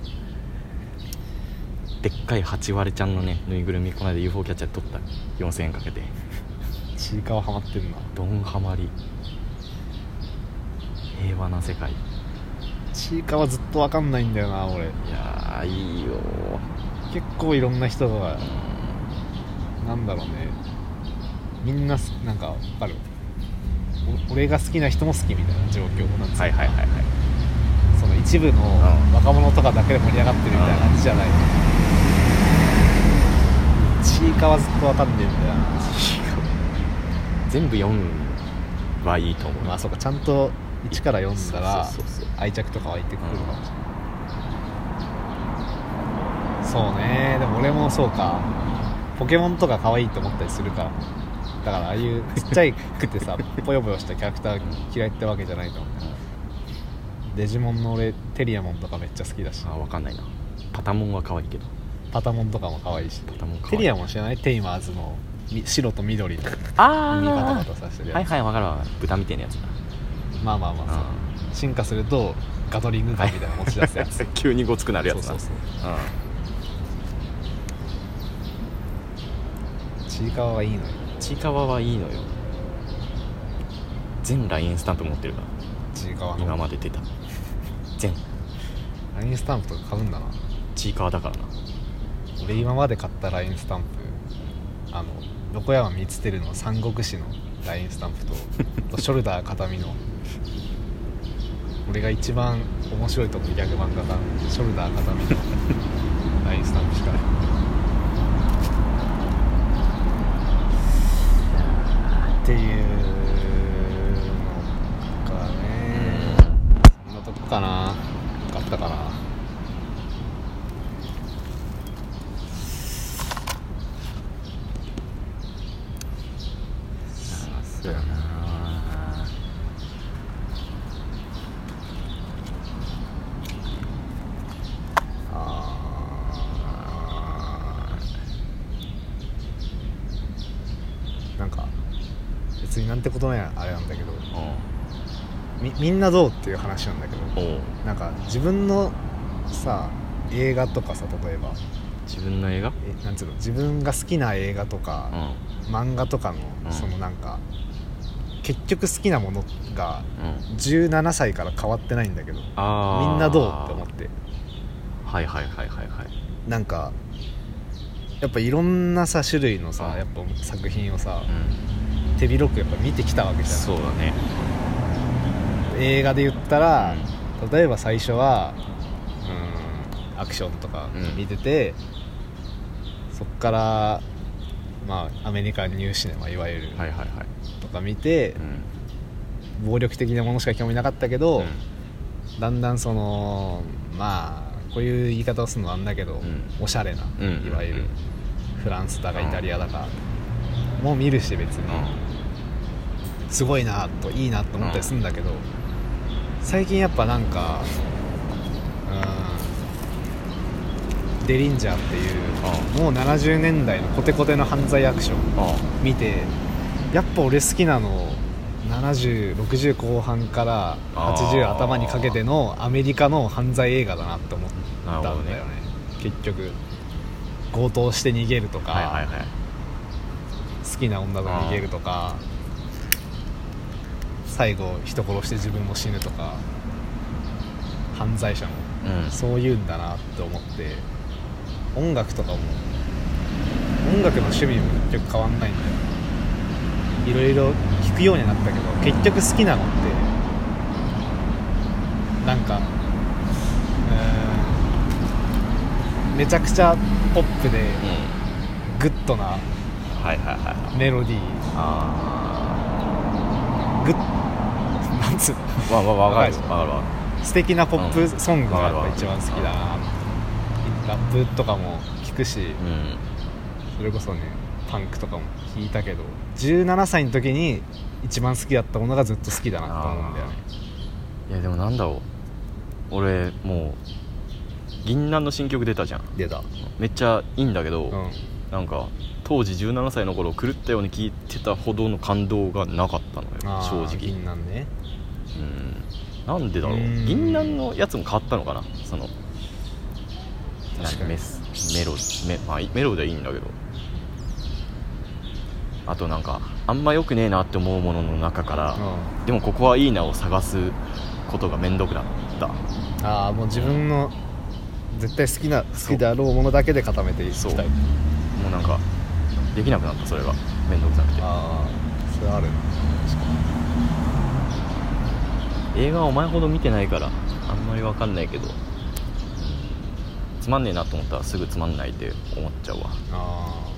でっかい8割ちゃんのね、ぬいぐるみこの間 UFO キャッチャーで取った。4000円かけて。 ちいかわハマってるな。 ドンハマり。平和な世界。 ちいかわずっとわかんないんだよな俺。 いやー、いいよ。 結構いろんな人が、なんだろうね、みんななんか分かる、俺が好きな人も好きみたいな状況なんですよ。その一部の若者とかだけで盛り上がってるみたいな感じじゃない、ちいかわずっとわかんねえみたいな。 全部読むはいいと思う。 まあそうか、ちゃんと1から読んだら愛着とか湧いてくるかもしれない、そうね。でも俺もそうか、ポケモンとか可愛いと思ったりするから、だからああいうちっちゃくてさぽよぽよしたキャラクター嫌いってわけじゃないと思う。デジモンの俺テリアモンとかめっちゃ好きだし。 分かんないな。パタモンは可愛いけど、 パタモンとかも可愛いし。テリアモン知らない？テイマーズの白と緑の耳バタバタさせてるやつ。 分かる豚みたいなやつだ。 まあ進化するとガトリングガンみたいな持ち出すやつ急にごつくなるやつだ。そうちいかわはいいのよ。 ちいかわはいいのよ。全 LINE スタンプ持ってるから、 ちいかわの今まで出た全 LINE スタンプとか買うんだな。 ちいかわだからな。 俺今まで買った LINE スタンプ、横山光輝の三国志の LINE スタンプとショルダー片身の俺が一番面白いと思うギャグ漫画家ショルダー片身の LINE スタンプしかないっていうのかね。そんなとこかな。買ったかな。 そうやな。 なんか別になんてことないあれなんだけど、みんなどうっていう話なんだけど、なんか自分のさ映画とかさ、例えば自分の映画、 なんつうの、自分が好きな映画とか、漫画とかの、そのなんか結局好きなものが17歳から変わってないんだけど、みんなどうって思って。なんかやっぱいろんなさ種類のさ、やっぱ作品をさ、手広くやっぱ見てきたわけじゃない。 そうだね。 映画で言ったら、例えば最初はアクションとか見てて、そっからまあアメリカンニューシネマいわゆるとか見て、暴力的なものしか興味なかったけど、だんだんそのまあこういう言い方をするのなんだけど、おしゃれな、いわゆるフランスだかイタリアだかもう見るし、別にすごいなといいなと思ったりするんだけど、最近やっぱなんかデリンジャーっていうもう70年代のコテコテの犯罪アクション見て、やっぱ俺好きなの70、60後半から80頭にかけてのアメリカの犯罪映画だなって思ったんだよね。結局強盗して逃げるとか、好きな女と逃げるとか、最後人殺して自分も死ぬとか、犯罪者もそういうんだなって思って、音楽とかも音楽の趣味も結局変わんないんだよ。いろいろ聴くようになったけど、結局好きなのってなんかめちゃくちゃポップでグッドなメロディー、グッなんつうの、 わかる素敵なポップソングがやっぱ一番好きだな。ラップとかも聴くし、それこそねパンクとかも聴いたけど、17歳の時に一番好きだったものがずっと好きだなと思うんだよね。 いやでもなんだろう、俺もう銀杏の新曲出たじゃん。 出た。 めっちゃいいんだけど、なんか当時17歳の頃狂ったように聴いてたほどの感動がなかったのよ、正直。 銀杏ね。 なんでだろう。銀杏のやつも変わったのかな、その確かにメロディーはいいんだけど、あとなんかあんま良くねえなって思うものの中から、でもここはいいなを探すことがめんどくなった。 もう自分の絶対好きであろうものだけで固めていきたい。もうなんかできなくなった、それが面倒くさくて。 ああ、それあるな。確かに映画はお前ほど見てないからあんまり分かんないけど、つまんねえなと思ったらすぐつまんないって思っちゃうわ。 ああ、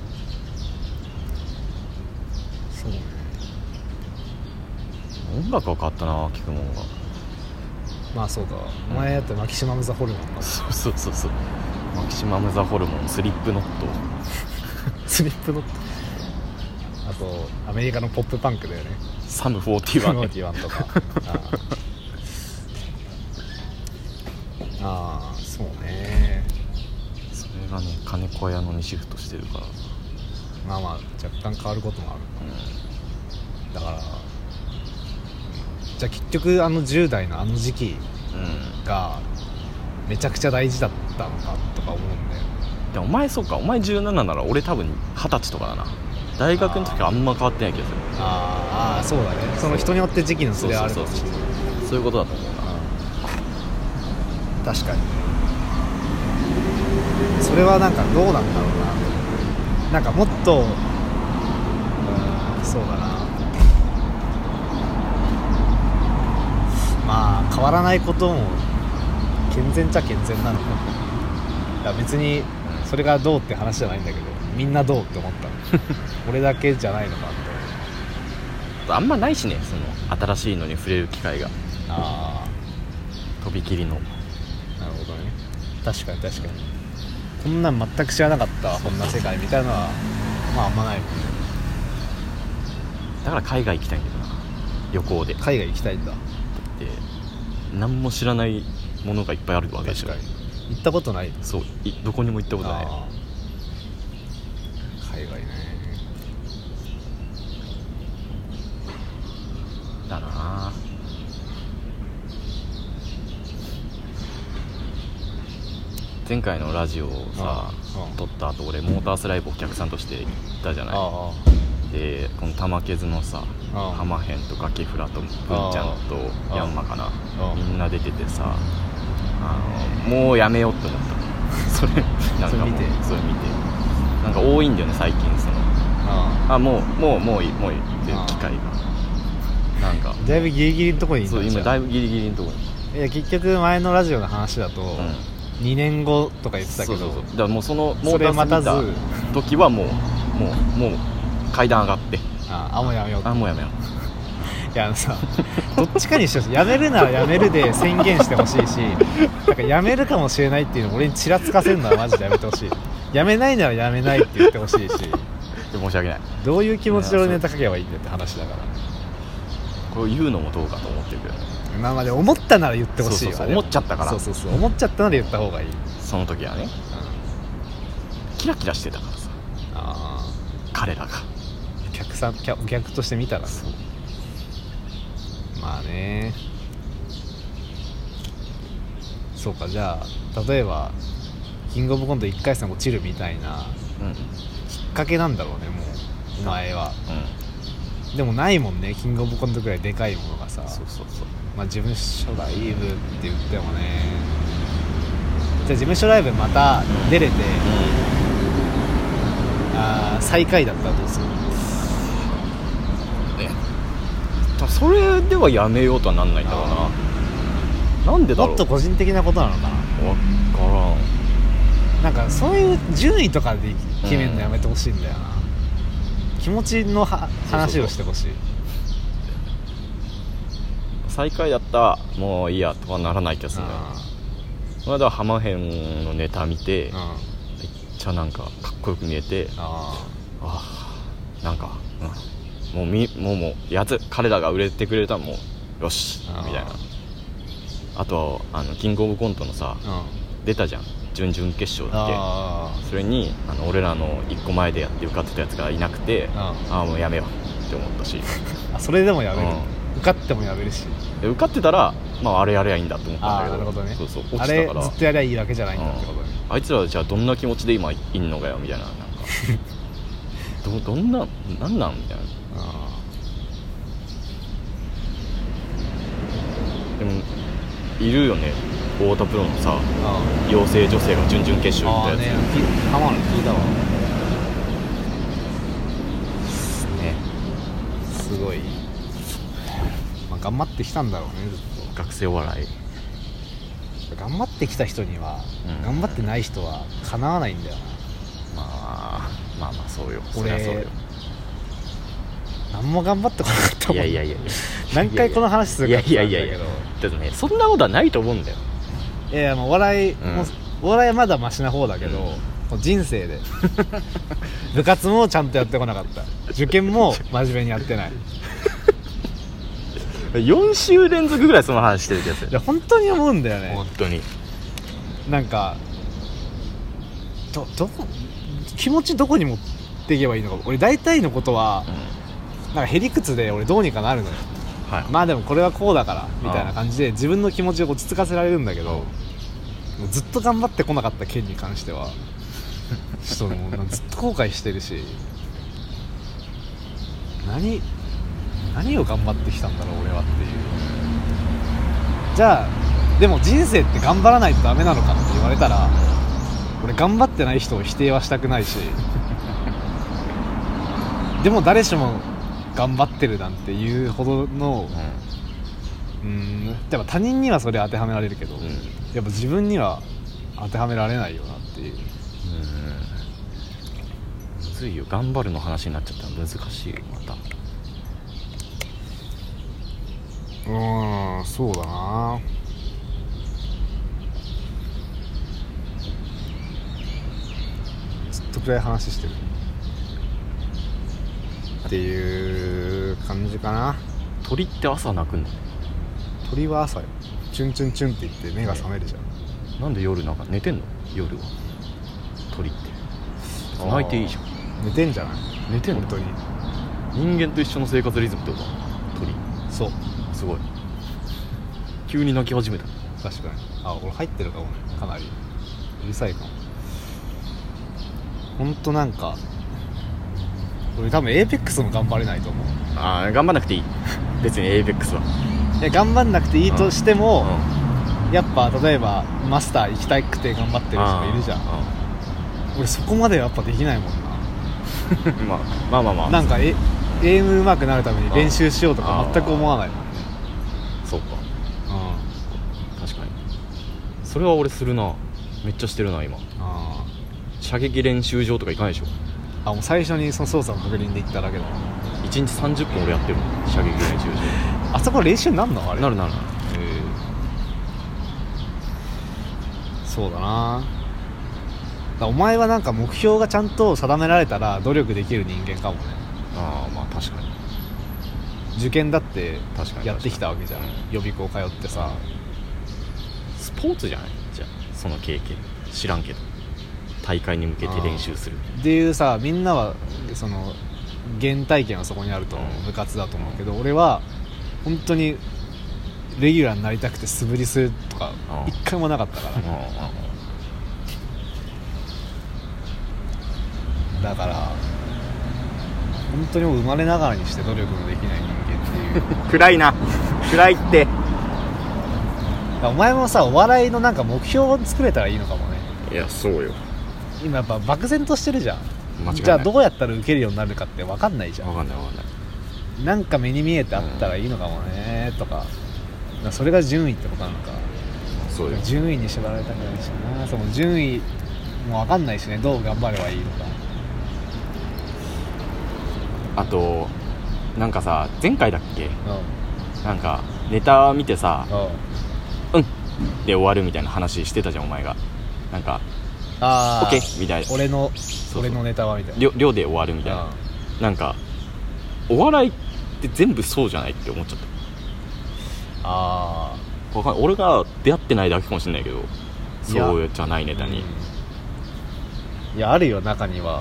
そうね。 音楽は変わったな、聞くものが。 まあそうか、お前やったらマキシマムザホルモンか。 そうマキシマムザホルモン、スリップノットスリップノット、あとアメリカのポップパンクだよね、 サム41 とかああ、そうね。 それがね、金子屋のにシフトしてるから、 まあまあ若干変わることもある、だからじゃあ結局あの10代のあの時期がめちゃくちゃ大事だったのかとか思うんだよ。 でもお前そうか、お前17なら俺多分20歳とかだな。大学の時はあんま変わってない気がする。 ああ、そうだね。その人によって時期のズレはあるかもしれない。 そういうことだと思うな。確かにそれはなんかどうなんだろうな。なんかもっとそうだな、まあ変わらないことも健全っちゃ健全なのか。いや別にそれがどうって話じゃないんだけど、みんなどうって思った俺だけじゃないのかってあんまないしね、その新しいのに触れる機会が。 ああ、 とびきりの。なるほどね。確かにこんなん全く知らなかったこんな世界みたいなのはまああんまないもんね。 だから海外行きたいんだよな、旅行で。 海外行きたいんだ。 で何も知らないものがいっぱいあるわけでしょ。 確かに行ったことない。 そう、どこにも行ったことない。 海外ね。 だな。前回のラジオをさ撮った後、俺モータースライブお客さんとして行ったじゃない。でこの玉削のさ、ハマヘンとガキフラとブンちゃんとヤンマかな、みんな出ててさ、もうやめようって思ったそれなんかもうそれ見てなんか多いんだよね最近、そのもういいっていう機会がなんかだいぶギリギリのところにいた。 そう、今だいぶギリギリのところに。 いや結局前のラジオの話だと、2年後とか言ってたけど、 だからもうそのモータース見た時はもう階段上がって、 もうやめよう。 もうやめよう。 いやさ、どっちかにしてほしい。やめるならやめるで宣言してほしいし、なんかやめるかもしれないっていうのを俺にちらつかせるのはマジでやめてほしい。やめないならやめないって言ってほしいし、 申し訳ない。 どういう気持ちで俺ネタ書けばいいんだって話だから。 これ言うのもどうかと思ってるけど、 まあで思ったなら言ってほしいよ。 思っちゃったから。 そう思っちゃったなら言った方がいい。 その時はね、キラキラしてたからさ、彼らがお客として見たら。まあね。そうか、じゃあ例えばキングオブコント1回戦落ちるみたいなきっかけなんだろうね、もうお前は。でもないもんね、キングオブコントくらいでかいものがさ。まあ事務所ライブって言ってもね。じゃあ事務所ライブまた出れて、最下位だったらどうする？ それではやめようとはなんないんだろうな。なんでだろう。 もっと個人的なことなのかな。 分からん。 なんかそういう順位とかで決めるのやめてほしいんだよな。気持ちの話をしてほしい。 最下位だったらもういいやとはならない気がするんだよ。この間はハマヘンのネタ見て、めっちゃなんかかっこよく見えて、なんか、もう彼らが売れてくれたらもうよしみたいな。あとキングオブコントのさ、出たじゃん、準々決勝だっけ。それに俺らの1個前でやって受かってたやつがいなくて、もうやめようって思ったしそれでもやめる、受かってもやめるし、 受かってたら、あれやればいいんだと思ったんだけど。 なるほどね。 そう落ちたからあれずっとやりゃいいわけじゃないんだってことね。 あいつらはじゃあどんな気持ちで今いんのかよみたいな、なんかどんななんなんみたいな。でもいるよね、 太田プロのさ養成女性が準々決勝行ったやつ浜野聞いたわね。 すごい、まあ、頑張ってきたんだろうねずっと。 学生お笑い頑張ってきた人には、頑張ってない人はかなわないんだよな。 まあそうよ。 俺そりゃそうよ。 何も頑張ってこなかったもん。 いや何回この話するかって言ったんだけど、 だってねそんなことはないと思うんだよ。 いやもうお笑いはまだマシな方だけど、人生で部活もちゃんとやってこなかった、受験も真面目にやってない 4週連続ぐらいその話してる気がする。 いや本当に思うんだよね。 本当になんか気持ちどこに持っていけばいいのか。俺大体のことは、なんかへりくつで俺どうにかなるのよ、はい、まあでもこれはこうだからみたいな感じで自分の気持ちを落ち着かせられるんだけど、もうずっと頑張ってこなかった件に関してはちょっともうずっと後悔してるし何を頑張ってきたんだろう俺はっていう。じゃあでも人生って頑張らないとダメなのかって言われたら、俺頑張ってない人を否定はしたくないしでも誰しも頑張ってるなんていうほどの、やっぱ他人にはそれ当てはめられるけど、やっぱ自分には当てはめられないよなっていう。 むずいよ。頑張るの話になっちゃったら難しいよまた。 そうだな。ずっと暗い話してるっていう感じかな。 鳥って朝鳴くんだ。 鳥は朝よ。チュンチュンチュンって言って目が覚めるじゃん。 なんで夜なんか寝てんの？夜は鳥って鳴いていいじゃん。 寝てんじゃない？ 寝てんの？ 本当に人間と一緒の生活リズムってことだ。鳥。 そうすごい。急に鳴き始めた。 確かに。俺入ってるかもね。かなりうるさいかも。ほんとなんか俺多分エーペックスも頑張れないと思う。 頑張んなくていい別にエーペックスは。 いや頑張んなくていいとしても、やっぱ例えばマスター行きたくて頑張ってる人がいるじゃん。俺そこまでやっぱできないもんなまあなんかエイム上手くなるために練習しようとか全く思わないもんね。 そうか。確かにそれは俺するな。めっちゃしてるな今。射撃練習場とか行かないでしょ。 もう最初にその操作の確認で行っただけだ。 1日30分俺やってるの射撃練習場。 あそこ練習になるの？あれなる。 そうだな。お前はなんか目標がちゃんと定められたら努力できる人間かもね。 まあ確かに。 受験だってやってきたわけじゃん。予備校通ってさ。 スポーツじゃない？じゃあその経験知らんけど大会に向けて練習するっていうさ、みんなはその原体験はそこにあると思う、部活だと思うけど、俺は本当にレギュラーになりたくて素振りするとか一回もなかったから、だから本当にもう生まれながらにして努力のできない人間っていう暗いな。暗いって。 お前もさお笑いのなんか目標を作れたらいいのかもね。 いやそうよ。 今やっぱ漠然としてるじゃん。 間違いない。 じゃあどうやったら受けるようになるかって分かんないじゃん。 分かんない。 なんか目に見えてあったらいいのかもねとか、それが順位ってことなのか。 そうよ。 順位に縛られたくないしな。その順位も分かんないしね、どう頑張ればいいのか。 あとなんかさ前回だっけ、なんかネタ見てさで終わるみたいな話してたじゃんお前が。なんかオッケーみたいな。 俺のネタはみたいな。 量で終わるみたいな。なんかお笑いって全部そうじゃないって思っちゃった。俺が出会ってないだけかもしれないけど、そうじゃないネタに。 いやあるよ、中には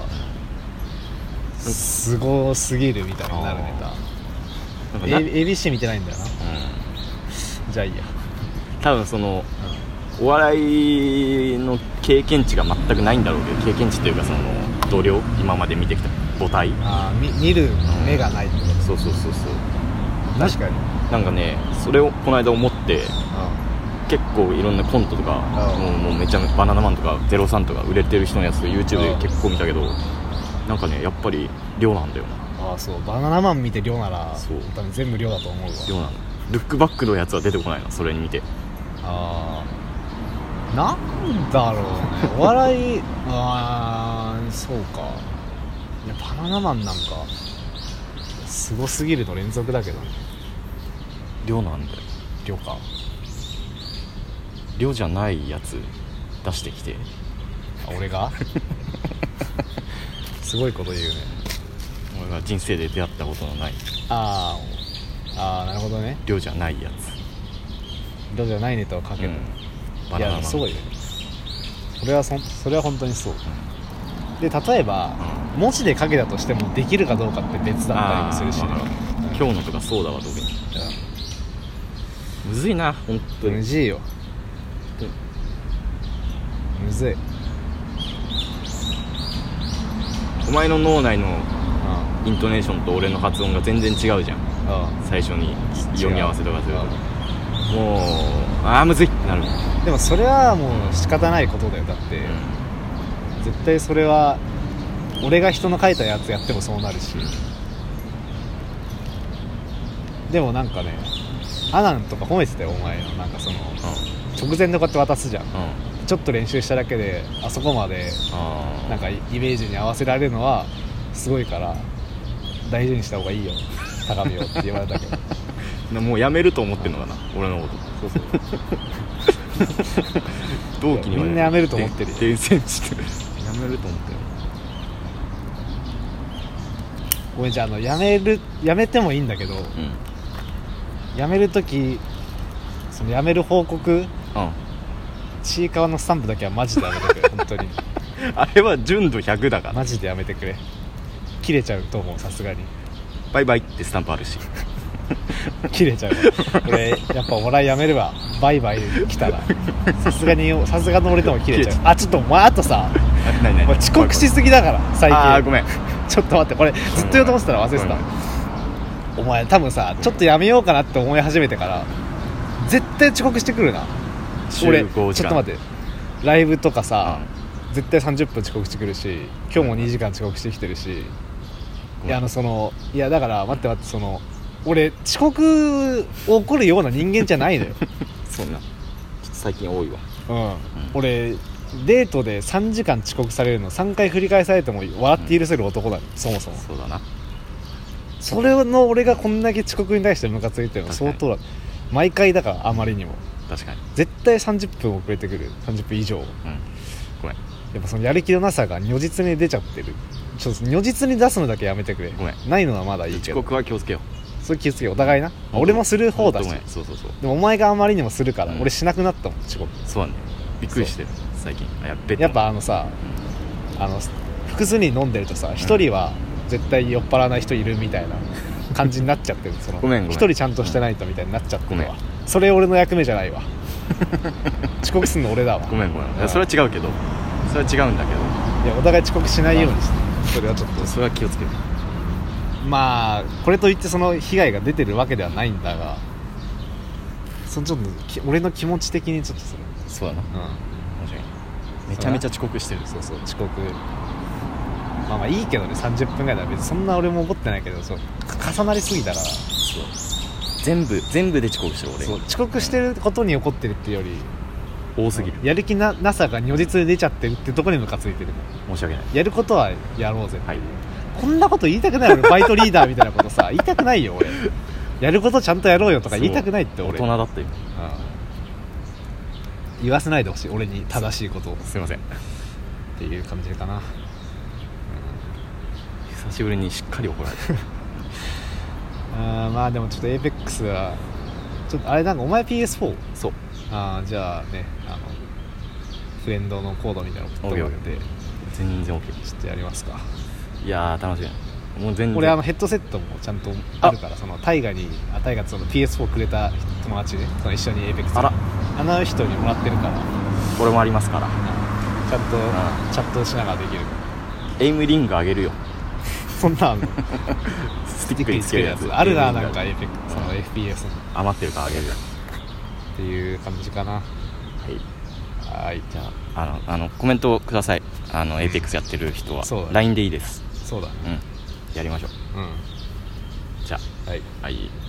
すごすぎるみたいになるネタ。ABC 見てないんだよな。じゃあいいや。 多分その、お笑いの経験値が全くないんだろうけど、経験値というかその度量、今まで見てきた母体、 見る目がないってこと。 そう確かに。 なんかね、それをこの間思って、 結構いろんなコントとかもうめちゃめちゃバナナマンとか03とか売れてる人のやつ YouTube で結構見たけど、なんかねやっぱり量なんだよな。 あ、そうバナナマン見て量ならそう多分全部量だと思うわ。 量なの。ルックバックのやつは出てこないな、それに見て。 なんだろうねお笑いそうか。いやバナナマンなんかすごすぎるの連続だけどね。 量なんだよ。 量か。 量じゃないやつ出してきて。 俺がすごいこと言うね。 俺が人生で出会ったことのない。 なるほどね。 量じゃないやつ。 量じゃないネタをかける、 バナナマン。 いやそうよ。それは本当にそう、で例えば、文字で書けたとしてもできるかどうかって別だったりもするし、 今日のとかそうだわ特に、むずいな本当に。 むずいよ。むずい。 お前の脳内のイントネーションと俺の発音が全然違うじゃん。最初に読み合わせとかするともうむずいってなる。 でもそれはもう仕方ないことだよ。だって、絶対それは俺が人の書いたやつやってもそうなるし、でもなんかねアナンとか褒めてたよお前の。なんかその、直前でこうやって渡すじゃん、ちょっと練習しただけであそこまでなんかイメージに合わせられるのはすごいから大事にした方がいいよ高見よって言われたけどもうやめると思ってんのかな俺のこと。そう同期にはみんなやめると思ってるよ。 伝染してる。やめると思ってる。 ごめん、じゃあやめてもいいんだけど、やめるときそのやめる報告、ちいかわのスタンプだけはマジでやめてくれ本当にあれは純度100だからマジでやめてくれ。切れちゃうと思う。さすがにバイバイってスタンプあるし切れちゃう俺やっぱお笑いやめるわ。バイバイ来たらさすがの俺でも切れちゃう。ちょっとお前あとさ遅刻しすぎだから最近。 ごめんちょっと待って、これずっと言おうと思ってたら忘れてた。お前多分さちょっとやめようかなって思い始めてから絶対遅刻してくるな。俺ちょっと待って、ライブとかさ、絶対30分遅刻してくるし、今日も2時間遅刻してきてるし、いやだから待ってその俺遅刻起こるような人間じゃないのよそんなちょっと最近多いわ。 俺デートで3時間遅刻されるの3回繰り返されても笑って許せる男だ、そもそも。 そうだな。 それの俺がこんだけ遅刻に対してムカついてるの相当だ。毎回だからあまりにも。 確かに絶対30分遅れてくる。30分以上。 ごめん。 やっぱそのやる気のなさが如実に出ちゃってる。ちょっと如実に出すのだけやめてくれ。 ごめん。 ないのはまだいいけど。 遅刻は気をつけよう。それ気をつけよう。お互いな。俺もする方だし。 そうでもお前があまりにもするから、俺しなくなったもん遅刻。 そうなんだよ。びっくりしてる最近。 やっぱ複数人飲んでるとさ、一人は絶対酔っ払わない人いるみたいな感じになっちゃってる。 ごめん一人ちゃんとしてないとみたいになっちゃってるわ。それ俺の役目じゃないわ遅刻するの俺だわ。 ごめんそれは違うけど、それは違うんだけど、 いやお互い遅刻しないようにして、それはちょっとそれは気をつける。 まあこれといってその被害が出てるわけではないんだが、ちょっと俺の気持ち的にちょっとそうだな。めちゃめちゃ遅刻してる。 そう遅刻。まあいいけどね、30分ぐらいだら別にそんな俺も怒ってないけど、重なりすぎたら全部で遅刻してる俺。 遅刻してることに怒ってるっていうより多すぎる。 やる気なさが如実で出ちゃってるってところにムカついてる。 申し訳ない。 やることはやろうぜ、こんなこと言いたくない。俺バイトリーダーみたいなことさ言いたくないよ俺。やることちゃんとやろうよとか言いたくないって俺。 大人だったよ。 言わせないでほしい俺に正しいことを。 すいませんっていう感じかな。 久しぶりにしっかり怒られてまあでもちょっと APEX はちょっとあれなんかお前 PS4？ そう。 じゃあねフレンドのコードみたいなの送ってもらって全然 OK。 ちょっとやりますか。 いやー楽しい。もう全然俺ヘッドセットもちゃんとあるから、そのタイガってその PS4 くれた友達ね、その一緒に APEX あの人にもらってるから。 俺もありますから、 ちゃんとチャットしながらできる。 エイムリングあげるよそんなのスティックにつけるやつあるな。なんか APEX その FPS 余ってるからあげるよ。 っていう感じかな。はい、 じゃあコメントください。エーペックスやってる人は、LINE でいいです。 そうだね、 やりましょう。じゃあ、はい。